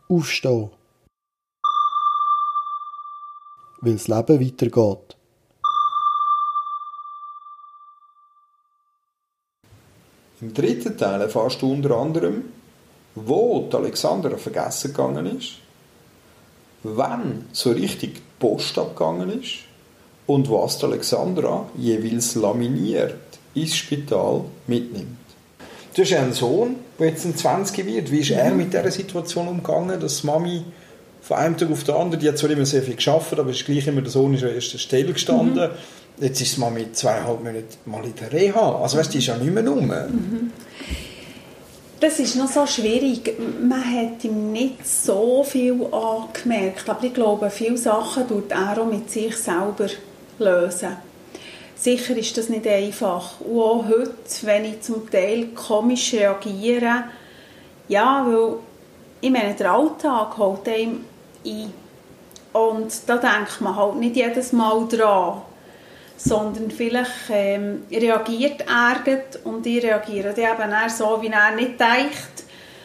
Aufstehen. Weil das Leben weitergeht. Im dritten Teil erfährst du unter anderem, wo die Alexandra vergessen gegangen ist, wann so richtig die Post abgegangen ist und was die Alexandra jeweils laminiert ins Spital mitnimmt. Du hast einen Sohn, der jetzt 20 wird. Wie ist er mit dieser Situation umgegangen, dass die Mami von einem Tag auf den anderen, die hat zwar immer sehr viel gearbeitet, aber es ist gleich immer, der Sohn ist an erster Stelle gestanden. Jetzt ist die Mami 2,5 Monate mal in der Reha. Also weißt, die ist ja nicht mehr rum. Das ist noch so schwierig. Man hat ihm nicht so viel angemerkt, aber ich glaube, viele Sachen tut er auch mit sich selber lösen. Sicher ist das nicht einfach. Und auch heute, wenn ich zum Teil komisch reagiere, ja, weil ich meine, der Alltag holt einem ein. Und da denkt man halt nicht jedes Mal dran, sondern vielleicht reagiert er und ich reagiere dann eben eher so, wie er nicht denkt.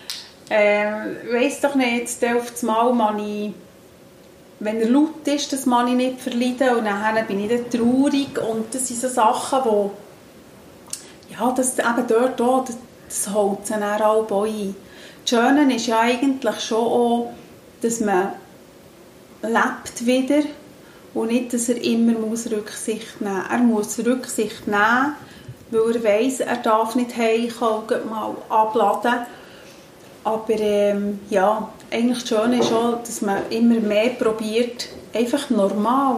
Ich weiss doch nicht, dann auf das Mal ich, wenn er laut ist, das kann ich nicht verleiden und dann bin ich dann traurig und das sind so Sachen, wo ja, das eben dort auch, das holt sie dann auch ein. Das Schöne ist ja eigentlich schon auch, dass man lebt wieder und nicht, dass er immer Rücksicht nehmen muss. Er muss Rücksicht nehmen, weil er weiss, er darf nicht heimkommen, mal abladen. Aber ja, eigentlich das Schöne ist auch, dass man immer mehr probiert, einfach normal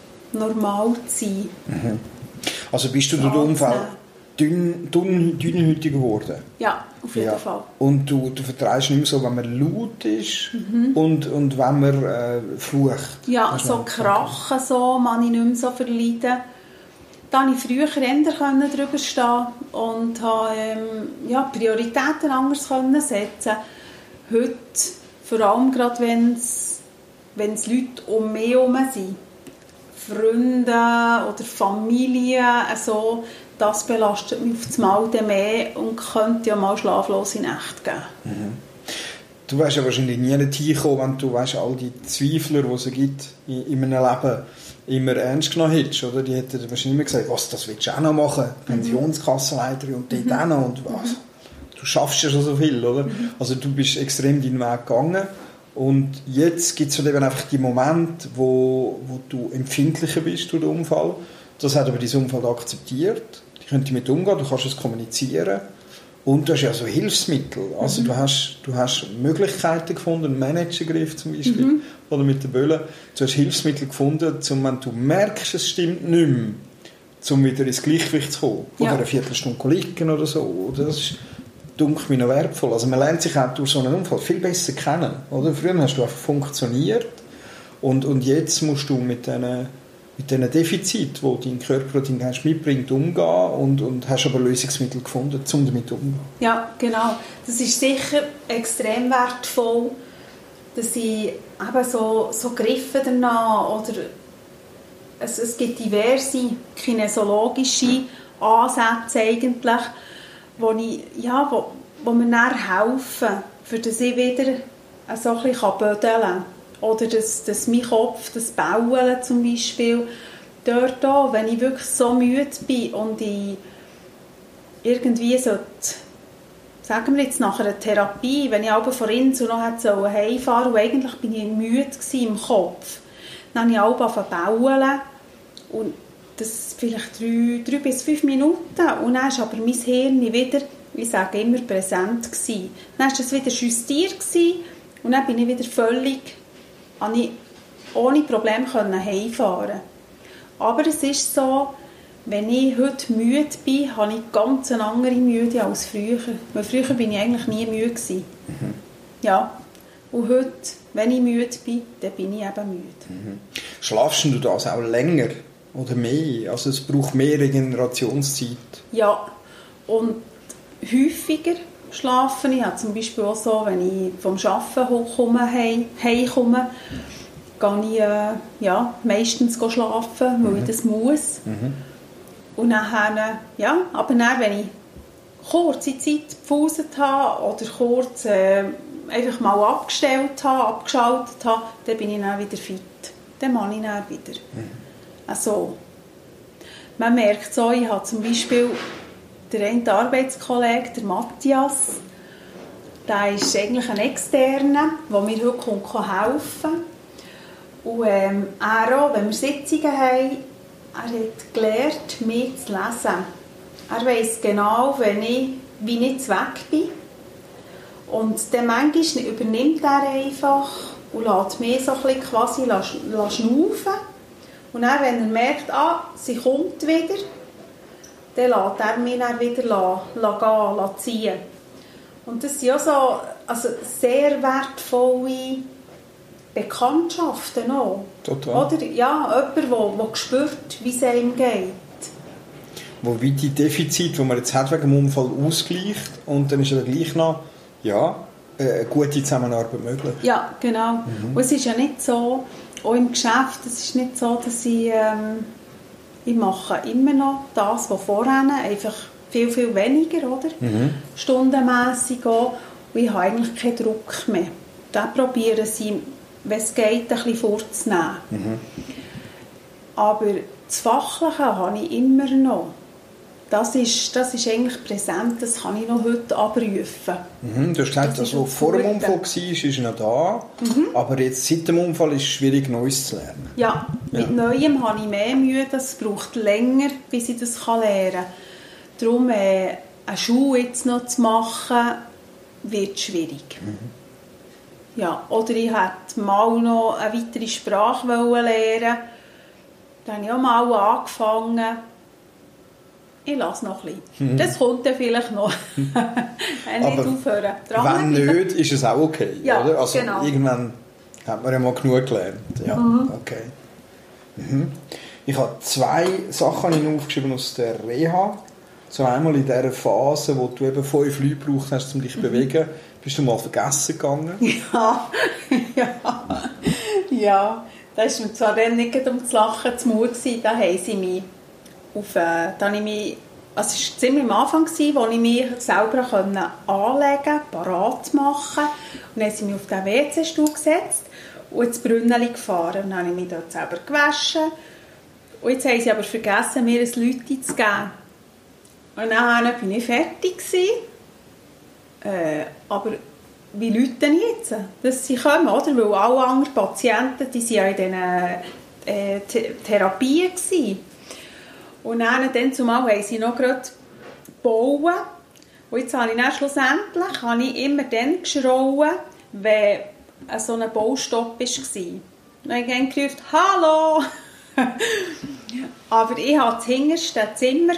zu sein. Also bist du durch den Unfall dünnhäutiger geworden? Ja, auf jeden Fall. Und du vertreibst nicht mehr so, wenn man laut ist und wenn man flucht? Ja, so Krachen so, kann ich nicht mehr so verleiden. Da konnte ich früher eher drüber stehen und konnte Prioritäten anders setzen. Heute, vor allem gerade wenn es Leute um mich herum sind, Freunde oder Familie, also, das belastet mich auf das Mal mehr und könnte ja mal schlaflose Nächte geben. Du wärst ja wahrscheinlich nie hinkommen, wenn du all die Zweifler, die es gibt in einem Leben, immer ernst genommen hättest, oder? Die hätten wahrscheinlich immer gesagt, was, das willst du auch noch machen? Pensionskassenleiterin und dort auch noch und was? Du schaffst ja schon so viel, oder? Also du bist extrem deinen Weg gegangen und jetzt gibt es halt eben einfach die Momente, wo du empfindlicher bist durch den Unfall. Das hat aber dieser Unfall akzeptiert. Die können damit umgehen, du kannst es kommunizieren. Und du hast ja so Hilfsmittel. Also du hast Möglichkeiten gefunden, einen Managergriff zum Beispiel, oder mit der Bölle. Du hast Hilfsmittel gefunden, wenn du merkst, es stimmt nicht mehr, um wieder ins Gleichgewicht zu kommen. Oder eine Viertelstunde liegen oder so. Oder das ist, denke ich, noch wertvoll. Also man lernt sich auch durch so einen Unfall viel besser kennen. Oder? Früher hast du einfach funktioniert und jetzt musst du mit diesen Defiziten, die dein Körper und dein Geist mitbringt, umgehen und hast aber Lösungsmittel gefunden, um damit umzugehen. Ja, genau. Das ist sicher extrem wertvoll, dass ich eben so Griffe danach oder es gibt diverse kinesiologische Ansätze eigentlich, wo mir dann helfen, für dass ich wieder so ein bisschen bödeln kann. Oder dass mein Kopf, das Bauen zum Beispiel, dort auch, wenn ich wirklich so müde bin und ich irgendwie sollte, sagen wir jetzt nach einer Therapie, wenn ich aber von Insel noch hätte heimfahren sollen und eigentlich bin ich müde im Kopf, dann habe ich auch bauen und das vielleicht 3 bis 5 Minuten und dann war aber mein Hirn wieder, ich sage immer, präsent gewesen. Dann war das wieder justiert und dann bin ich wieder völlig, konnte ich ohne Probleme heimfahren. Aber es ist so, wenn ich heute müde bin, habe ich ganz eine andere Müde als früher. Weil früher war ich eigentlich nie müde gewesen. Ja. Und heute, wenn ich müde bin, dann bin ich eben müde. Schlafst du das auch länger oder mehr? Also es braucht mehr Regenerationszeit? Ja. Und häufiger schlafen. Ich habe zum Beispiel auch so, wenn ich vom Arbeiten heimkomme, gehe ich meistens schlafen, weil ich das muss. Und nachher, aber dann, wenn ich kurze Zeit gepauset habe oder kurz einfach mal abgestellt habe, abgeschaltet habe, dann bin ich dann wieder fit. Dann mache ich dann wieder. Also, man merkt so, ich habe zum Beispiel der eine Arbeitskollege, der Matthias, der ist eigentlich ein Externer, der mir heute helfen kann. Und er auch, wenn wir Sitzungen haben, er hat gelernt, mich zu lesen. Er weiss genau, wie ich weg bin. Und dann manchmal übernimmt er einfach und lässt mich so ein bisschen quasi schnaufen. Und dann, wenn er merkt, sie kommt wieder, dann lässt er mich dann wieder gehen, ziehen. Und das sind auch so sehr wertvolle Bekanntschaften auch. Total. Oder ja, jemand, der spürt, wie es ihm geht. Wo wie die Defizite, die man jetzt hat wegen dem Unfall, ausgleicht und dann ist ja gleich noch eine gute Zusammenarbeit möglich. Ja, genau. Und es ist ja nicht so, auch im Geschäft, es ist nicht so, dass ich mache immer noch das, was vorher, einfach viel, viel weniger, oder? Stundenmässig auch. Und ich habe eigentlich keinen Druck mehr. Dann probieren sie, wenn es geht, ein bisschen vorzunehmen. Aber das Fachliche habe ich immer noch. Das ist eigentlich präsent, das kann ich noch heute abrufen. Du hast gesagt, das, was vor dem Unfall war, ist noch da. Aber jetzt seit dem Unfall ist es schwierig, Neues zu lernen. Ja, mit Neuem habe ich mehr Mühe. Das braucht länger, bis ich das lernen kann. Darum, eine Schule jetzt noch zu machen, wird schwierig. Ja, oder ich hätte mal noch eine weitere Sprache lernen. Dann habe ich auch mal angefangen. Ich lasse noch ein bisschen. Das kommt dann vielleicht noch. Nicht aufhören. Wenn nicht, ist es auch okay. Ja, oder? Also genau. Irgendwann hat man ja mal genug gelernt. Ja, okay. Ich habe 2 Sachen aufgeschrieben aus der Reha. So einmal in dieser Phase, wo du eben 5 Leute gebraucht hast, um dich zu bewegen, bist du mal vergessen gegangen? Ja. Da war mir zwar dann nicht um zu lachen zu Mut, da haben sie mich es war ziemlich am Anfang, wo ich mich selber anlegen, parat machen konnte. Und dann haben sie mich auf den WC-Stuhl gesetzt und ins Brünneli gefahren. Und dann habe ich mich dort selber gewaschen. Und jetzt haben sie aber vergessen, mir ein Lüti zu geben. Und dann war ich fertig aber wie Leute denn jetzt? Dass sie kommen, oder? Weil alle anderen Patienten, die waren ja in diesen Therapien gewesen. Und dann zumal haben sie noch gerade gebaut. Und jetzt habe ich dann schlussendlich immer dann geschrauen, wenn so ein Baustopp war. Dann habe ich gerufen, «Hallo!» Aber ich hatte das hinterste Zimmer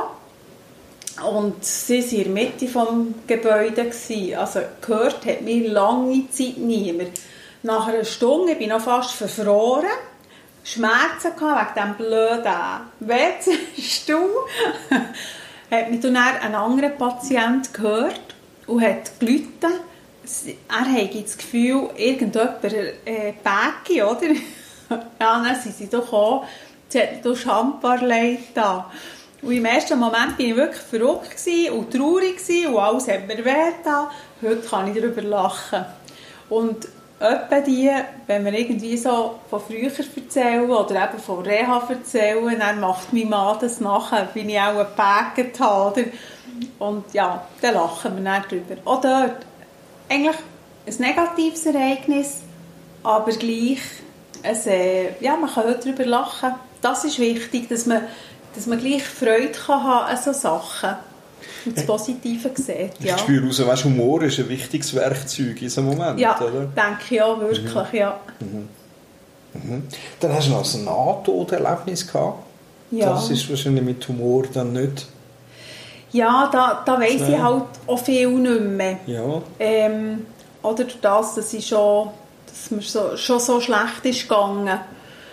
und sie waren in der Mitte des Gebäudes. Also gehört hat mir lange Zeit niemand. Nach einer Stunde bin ich noch fast verfroren. Schmerzen wegen diesem blöden WC-Stuhl. Hat mich dann ein anderer Patient gehört und hat gerufen. Er hatte das Gefühl, irgendjemand Päckchen, oder? Ja, dann sind sie doch gekommen. Sie hatten hier Schamparleit da. Und im ersten Moment war ich wirklich verrückt und traurig und alles hat mir wehgetan. Heute kann ich darüber lachen. Und etwa die, wenn wir irgendwie so von früher erzählen oder eben von Reha erzählen, dann macht mein Mann das nachher, wenn ich auch gepackt habe. Und ja, dann lachen wir dann darüber. Auch dort, eigentlich ein negatives Ereignis, aber gleich, man kann heute darüber lachen. Das ist wichtig, dass man gleich Freude haben an solchen Sachen. Und das Positive sieht. Ja. Ich spüre raus, weißt, Humor ist ein wichtiges Werkzeug in so einem Moment, ja, oder? Denke ich auch, wirklich, ja. Dann hast du noch ein Nahtoderlebnis gehabt. Ja. Das ist wahrscheinlich mit Humor dann nicht... Ja, da weiss ich halt auch viel nicht mehr. Ja. Oder durch das, dass mir schon so schlecht ist gegangen.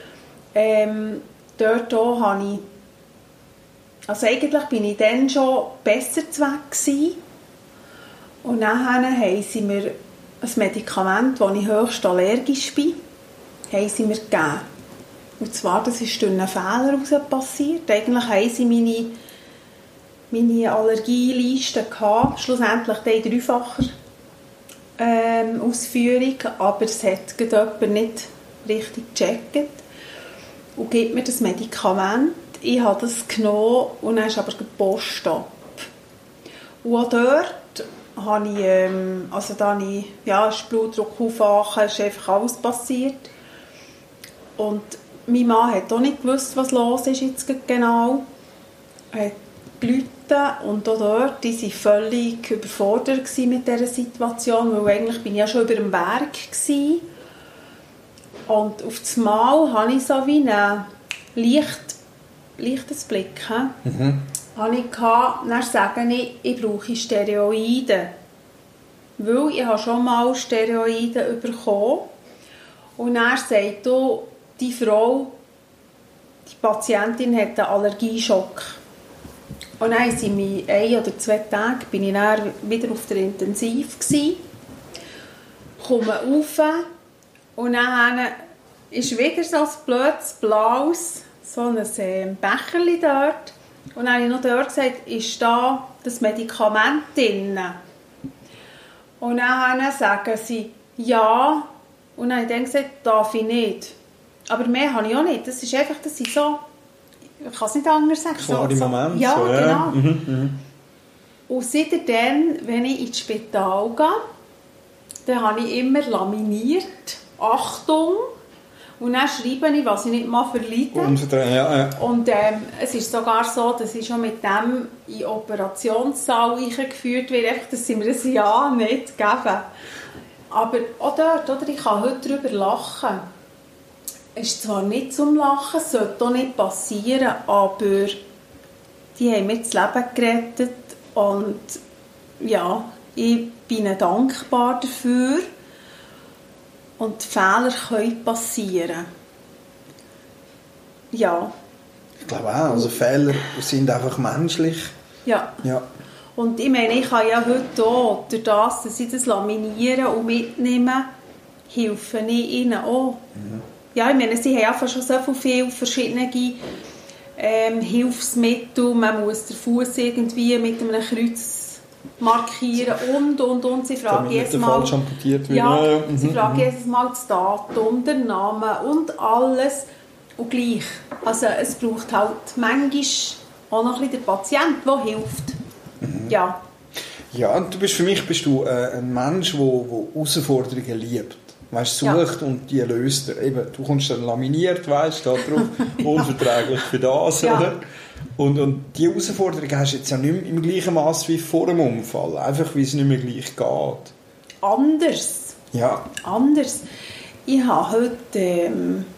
Dort auch habe ich... Also eigentlich bin ich dann schon besser zu weg gewesen. Und nachher haben sie mir ein Medikament, das ich höchst allergisch bin, haben sie mir gegeben. Und zwar, das ist durch einen Fehler heraus passiert. Eigentlich haben sie meine Allergieliste gehabt, schlussendlich in dreifacher Ausführung, aber es hat jemand nicht richtig gecheckt und gibt mir das Medikament. Ich habe das genommen und dann ist aber der Post ab. Und auch dort habe ich, ist Blutdruck aufwachen, ist einfach alles passiert. Und mein Mann hat auch nicht gewusst, was los ist jetzt genau. Er hat gerufen und auch dort, die waren völlig überfordert mit dieser Situation, weil eigentlich bin ich ja schon über dem Berg gewesen. Und auf das Mal hatte ich so wie einen leichtes Blick. Habe ich gehabt, dann sage ich brauche Steroide. Weil ich habe schon mal Steroide bekommen. Und dann sagt die Frau, die Patientin hat einen Allergieschock. Und dann sind wir 1 oder 2 Tage bin ich dann wieder auf der Intensiv gewesen. Komme rauf und dann ist wieder so ein blödes Blaues, so ein Becherchen dort. Und dann habe ich noch dort gesagt, ist da das Medikament drin? Und dann sagen sie, ja. Und dann habe ich dann gesagt, darf ich nicht. Aber mehr habe ich auch nicht. Das ist einfach, das ist so, ich kann es nicht anders sagen. Klare Moment. Ja, so, genau. Ja. Und seitdem, wenn ich ins Spital gehe, dann habe ich immer laminiert, Achtung, und dann schreibe ich, was ich nicht mal verleide. Ja. Und es ist sogar so, dass ich schon mit dem in den Operationssaal eingeführt werde, einfach, dass sie mir das Ja nicht geben. Aber auch dort, oder, ich kann heute darüber lachen. Es ist zwar nicht zum Lachen, es sollte auch nicht passieren, aber die haben mir das Leben gerettet und ja, ich bin ihnen dankbar dafür. Und Fehler können passieren. Ja. Ich glaube auch, also Fehler sind einfach menschlich. Ja. Ja. Und ich meine, ich kann ja heute auch, durch das, dass ich das laminiere und mitnehme, helfe ich ihnen auch. Ja, ich meine, sie haben einfach schon so viele verschiedene Hilfsmittel. Man muss den Fuß irgendwie mit einem Kreuz markieren und. Sie fragen jedes Mal, falsch amputiert wird. Ja, sie fragen jedes Mal das Datum, den Namen und alles. Und gleich. Also es braucht halt manchmal auch noch ein bisschen der Patient, der hilft. Ja. Ja, und für mich bist du ein Mensch, der Herausforderungen liebt. Weißt, sucht und die löst er. Eben, du kommst dann laminiert, weißt, da drauf, unverträglich für das, ja. Oder? Und die Herausforderung hast du jetzt ja nicht mehr im gleichen Maß wie vor dem Unfall, einfach weil es nicht mehr gleich geht. Anders. Ja. Anders. Ich habe heute,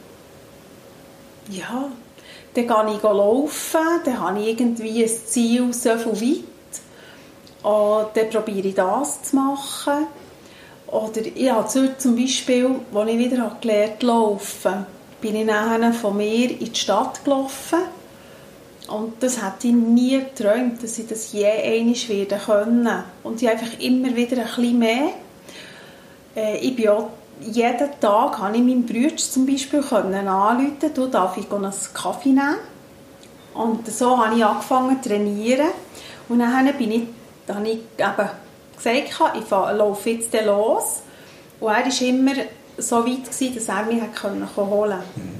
dann gehe ich laufen, dann habe ich irgendwie ein Ziel so viel weit und dann probiere ich das zu machen. Oder ich habe zum Beispiel, als ich wieder gelernt habe laufen, bin ich nachher von mir in die Stadt gelaufen. Und das hätte ich nie geträumt, dass ich das je einmal werden können. Und ich einfach immer wieder ein bisschen mehr. Ich bin auch, jeden Tag habe ich meinem Bruder zum Beispiel anrufen, du darf ich einen Kaffee nehmen. Und so habe ich angefangen zu trainieren. Und dann habe ich eben gesagt, ich laufe jetzt los. Und er war immer so weit, dass er mich holen konnte.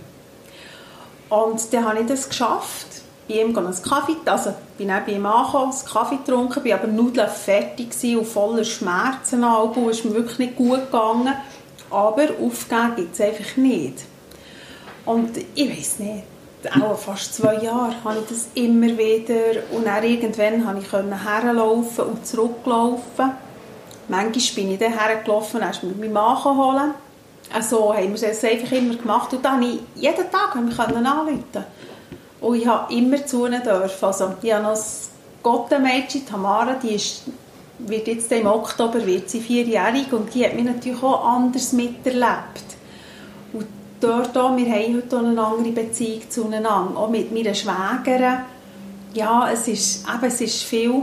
Und dann habe ich das geschafft. Bei ihm einen Kaffee, also bin dann bei ihm angekommen, einen Kaffee getrunken, bin aber Nudeln fertig und voller Schmerzen. Es ist mir wirklich nicht gut gegangen. Aber aufgeben gibt es einfach nicht. Und ich weiss nicht, auch fast 2 Jahre habe ich das immer wieder. Und dann irgendwann konnte ich herlaufen und zurücklaufen. Manchmal bin ich dann hergelaufen, dann mit meinem Mann holen. Also haben wir das einfach immer gemacht. Und dann konnte ich jeden Tag anrufen. Und ich habe immer zu ihnen dürfen. Also, ich habe noch ein Gottenmädchen, Tamara, wird jetzt im Oktober 4-jährig und die hat mich natürlich auch anders miterlebt. Und dort auch, wir haben heute auch eine andere Beziehung zueinander. Auch mit meiner Schwägerin. Ja, es ist viel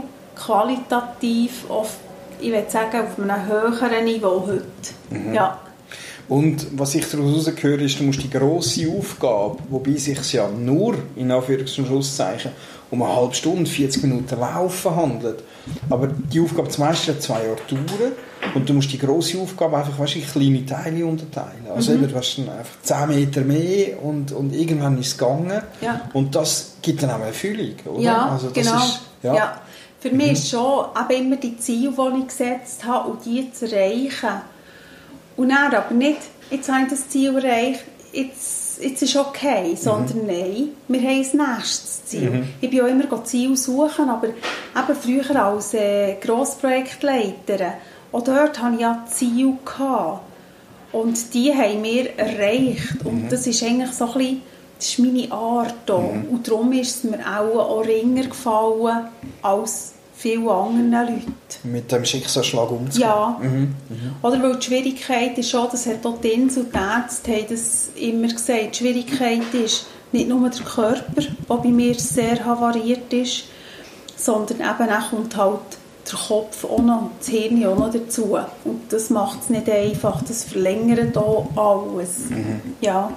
qualitativ, ich würde sagen, auf einem höheren Niveau heute. Ja. Und was ich daraus höre, ist, du musst die grosse Aufgabe, wobei es sich ja nur, in Anführungs- und Schlusszeichen, um eine halbe Stunde, 40 Minuten Laufen handelt. Aber die Aufgabe zum Beispiel hat 2 Jahre dauern und du musst die grosse Aufgabe einfach, weißt, in kleine Teile unterteilen. Also eben, du hast dann einfach 10 Meter mehr und irgendwann ist es gegangen. Ja. Und das gibt dann auch eine Erfüllung, oder? Ja, also das genau. Ist, ja. Ja. Für mich ist schon eben immer die Ziele, die ich gesetzt habe, und die zu erreichen. Und dann aber nicht, jetzt habe ich das Ziel erreicht, jetzt ist okay, sondern nein, wir haben ein nächstes Ziel. Ich bin auch immer Ziel suchen, aber eben früher als Grossprojektleiterin, auch dort hatte ich ja Ziele gehabt. Und die haben wir erreicht. Und das ist eigentlich so ein bisschen, das ist meine Art hier. Und darum ist es mir auch ringer gefallen als viele andere Leute. Mit dem Schicksalsschlag umzugehen. Ja. Oder weil die Schwierigkeit ist schon, das hat auch die Insel und die Ärzte haben das immer gesagt, die Schwierigkeit ist nicht nur der Körper, der bei mir sehr havariert ist, sondern eben auch kommt halt der Kopf auch noch, das Hirn auch noch dazu. Und das macht es nicht einfach, das verlängert auch alles. Ja.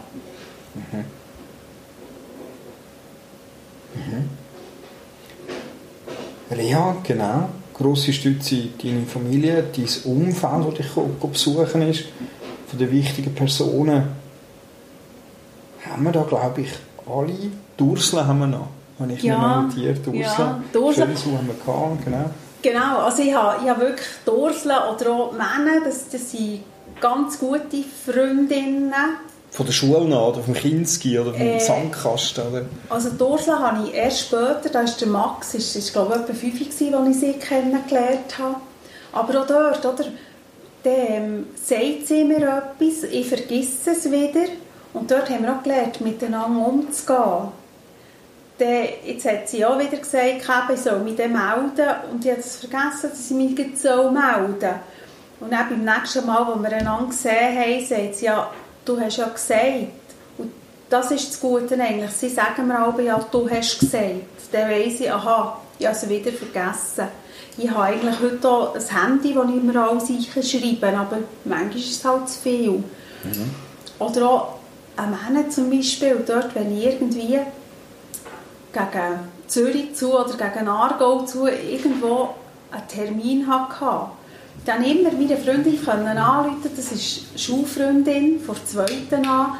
Reha, genau. Grosse Stütze deine Familie, dein Umfeld, das dich besuchen ist, von den wichtigen Personen. Haben wir da, glaube ich, alle. Ursula haben wir noch. Habe ich mir noch notiert. Ursula. Ja, Schön, haben wir gehabt, genau. Genau, also ich habe wirklich die Ursula oder auch Männer, das sind ganz gute Freundinnen. Von der Schule noch, oder vom Kinski oder vom Sandkasten? Oder? Also die Ursula habe ich erst später, da ist der Max, ist glaube ich etwa 5 gewesen, als ich sie kennengelernt habe. Aber auch dort, oder, dann sagt sie mir etwas, ich vergesse es wieder. Und dort haben wir auch gelernt, miteinander umzugehen. Dann, jetzt hat sie auch wieder gesagt, ich soll mich dann melden. Und ich habe es vergessen, dass sie mich melden soll. Und dann beim nächsten Mal, als wir einander gesehen haben, sagt sie, ja, du hast ja gesagt. Und das ist das Gute eigentlich. Sie sagen mir aber, ja, du hast gesagt. Dann weiss ich, aha, ich habe es wieder vergessen. Ich habe eigentlich heute auch ein Handy, das ich mir alles schreibe, aber manchmal ist es halt zu viel. Oder auch am Ende zum Beispiel, dort, wenn ich irgendwie gegen Zürich zu oder gegen Aargau zu irgendwo einen Termin hatte, dann immer meine Freundin anrufen, das ist eine Schulfreundin, vor 5.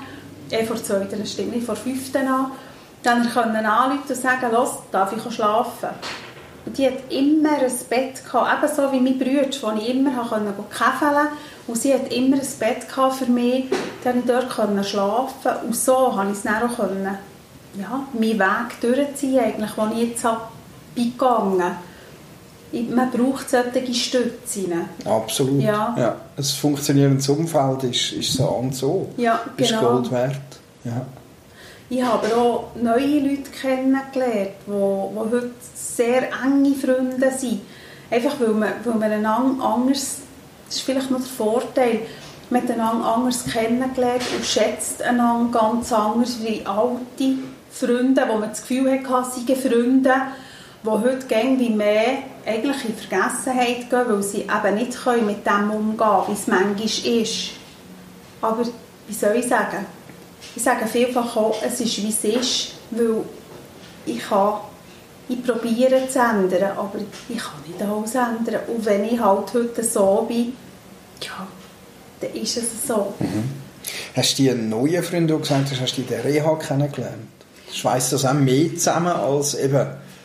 an. Dann können anrufen und sagen, los, darf ich schlafen? Und die hat immer ein Bett gehabt, ebenso wie mein Bruder, wo ich immer käfeln konnte. Und sie hat immer ein Bett gehabt für mich, dann konnte ich dort schlafen. Und so konnte ich es dann auch meinen Weg durchziehen, eigentlich, den ich jetzt gegangen bin. Man braucht solche Stützen. Absolut. Ja. Ein funktionierendes Umfeld ist so und so. Ja, genau. Ist Gold wert. Ja. Ich habe aber auch neue Leute kennengelernt, die heute sehr enge Freunde sind. Einfach weil man einander anders, das ist vielleicht noch der Vorteil, man hat einander anders kennengelernt und schätzt einander ganz anders wie alte Freunde, wo man das Gefühl hatte, sie seien Freunde, die heute wie mehr eigentlich in Vergessenheit gehen, weil sie eben nicht mit dem umgehen können, wie es manchmal ist. Aber wie soll ich sagen? Ich sage vielfach auch, es ist wie es ist, weil ich probiere zu ändern, aber ich kann nicht alles ändern. Und wenn ich halt heute so bin, ja, dann ist es so. Hast du einen neuen Freund, du gesagt hast, du in der Reha kennengelernt? Schweißt das auch mehr zusammen als eben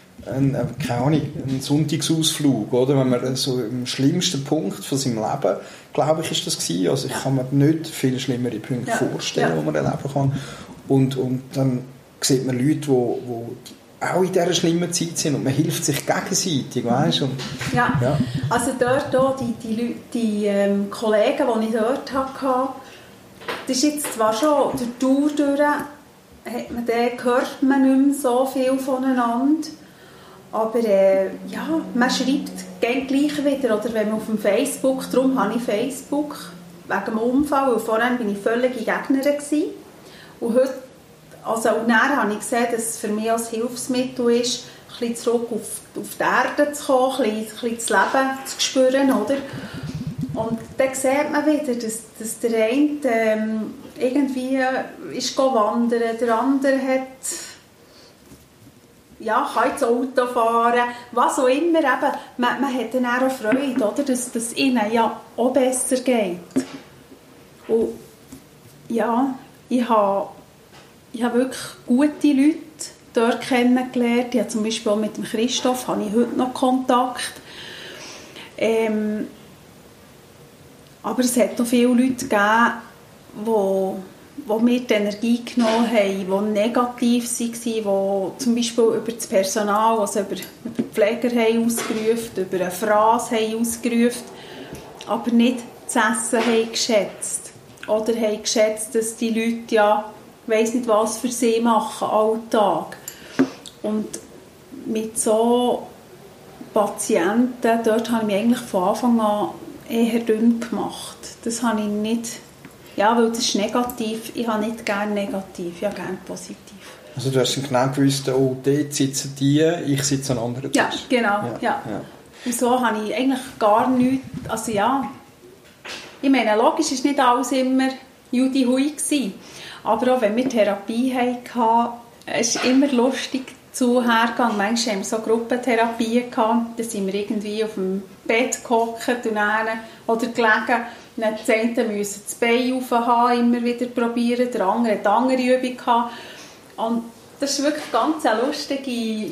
ein Sonntagsausflug, oder? Wenn man so im schlimmsten Punkt von seinem Leben, glaube ich, ist das gewesen. Also ich kann mir nicht viel schlimmere Punkte vorstellen, die man erleben kann. Und dann sieht man Leute, die auch in dieser schlimmen Zeit sind und man hilft sich gegenseitig, weißt du? Ja, also dort auch die Kollegen, die ich dort hatte, das ist jetzt zwar schon der Tour durch, hört man nicht mehr so viel voneinander. Aber man schreibt gleich wieder, oder wenn man auf dem Facebook, darum habe ich Facebook, wegen dem Unfall, weil vorher war ich völlige Gegnerin gewesen. Und heute, und dann habe ich gesehen, dass es für mich als Hilfsmittel ist, ein bisschen zurück auf die Erde zu kommen, ein bisschen das Leben zu spüren, oder? Und dann sieht man wieder, dass der eine irgendwie ist wandern, der andere kann ins Auto fahren, was auch immer. Eben, man hat dann auch Freude, oder? Dass es ihnen ja auch besser geht. Und ja, ich habe wirklich gute Leute dort kennengelernt. Ich habe zum Beispiel auch mit dem Christoph habe ich heute noch Kontakt. Aber es hat auch viele Leute gegeben, die mir die Energie genommen haben, die negativ waren, die zum Beispiel über das Personal, also über die Pfleger haben ausgerufen, über eine Phrase haben ausgerufen, aber nicht das Essen haben geschätzt. Oder haben geschätzt, dass die Leute ja, weiss nicht was für sie machen, alltag. Und mit so Patienten, dort habe ich mich eigentlich von Anfang an eher dünn gemacht. Das habe ich nicht, weil das ist negativ. Ich habe nicht gerne negativ, ich habe gerne positiv. Also du hast genau gewusst, oh, dort sitzen die, ich sitze an anderen Tisch. Ja, genau. Ja. Und so habe ich eigentlich gar nichts, also ja, ich meine, logisch war nicht alles immer Judy Hui gewesen. Aber auch wenn wir Therapie hatten, es ist immer lustig zuhergegangen. Manchmal haben wir so Gruppentherapien gehabt, da sind wir irgendwie auf dem Bett gehockt und oder gelegen. Dann der eine musste das Bein aufhaben, immer wieder probieren, der andere hat eine andere Übung gehabt. Und das war wirklich ganz eine lustige,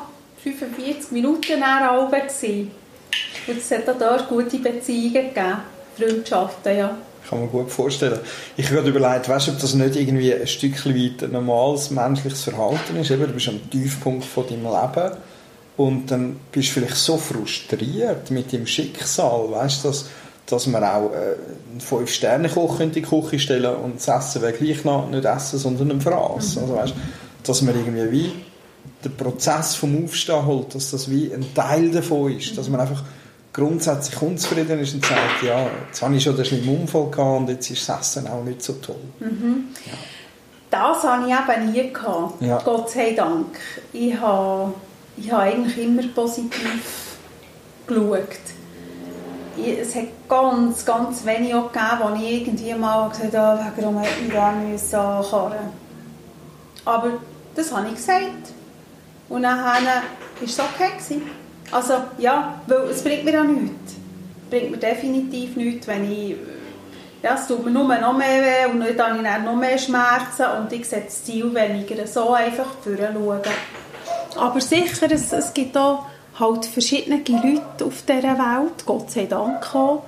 45 Minuten nach oben gewesen. Und es hat auch dort gute Beziehungen gegeben, Freundschaften, ja. Kann man gut vorstellen. Ich habe gerade überlegt, weißt du, ob das nicht irgendwie ein Stückchen weit ein normales menschliches Verhalten ist. Eben, du bist am Tiefpunkt von deinem Leben und dann bist du vielleicht so frustriert mit dem Schicksal, weißt du, dass man auch einen 5-Sterne-Koch in die Küche stellen und das Essen wäre gleich noch nicht essen, sondern ein Fraß. Also, weißt, dass man irgendwie wie den Prozess vom Aufstehen holt, dass das wie ein Teil davon ist, dass man einfach grundsätzlich unzufrieden ist und sagt, ja, jetzt habe ich schon einen schlimmen Unfall gehabt und jetzt ist das Essen auch nicht so toll. Mhm. Ja. Das habe ich eben nie gehabt, ja. Gott sei Dank. Ich habe eigentlich immer positiv geschaut. Es hat ganz, ganz wenig auch gegeben, wo ich irgendwie mal gesagt habe, warum hätte ich da ankarren. Aber das habe ich gesagt. Und dann war es okay gewesen. Also ja, weil es bringt mir ja nichts. Es bringt mir definitiv nichts, wenn ich... Ja, es tut mir nur noch mehr weh und dann habe ich dann noch mehr Schmerzen und ich sehe das Ziel weniger. So einfach vorschauen. Aber sicher, es gibt auch halt verschiedene Leute auf dieser Welt, Gott sei Dank auch.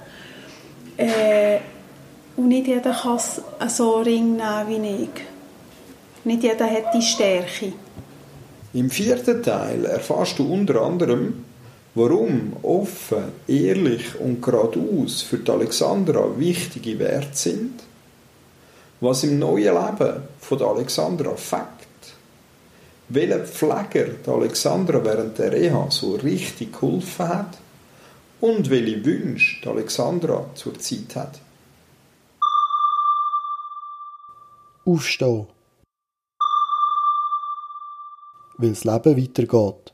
Und nicht jeder kann so Ring nehmen wie ich. Nicht jeder hat die Stärke. Im 4. Teil erfährst du unter anderem, warum offen, ehrlich und geradeaus für die Alexandra wichtige Werte sind, was im neuen Leben von der Alexandra fängt, welcher Pfleger der Alexandra während der Reha so richtig geholfen hat und welche Wünsche die Alexandra zur Zeit hat. Aufstehen. Weil das Leben weitergeht.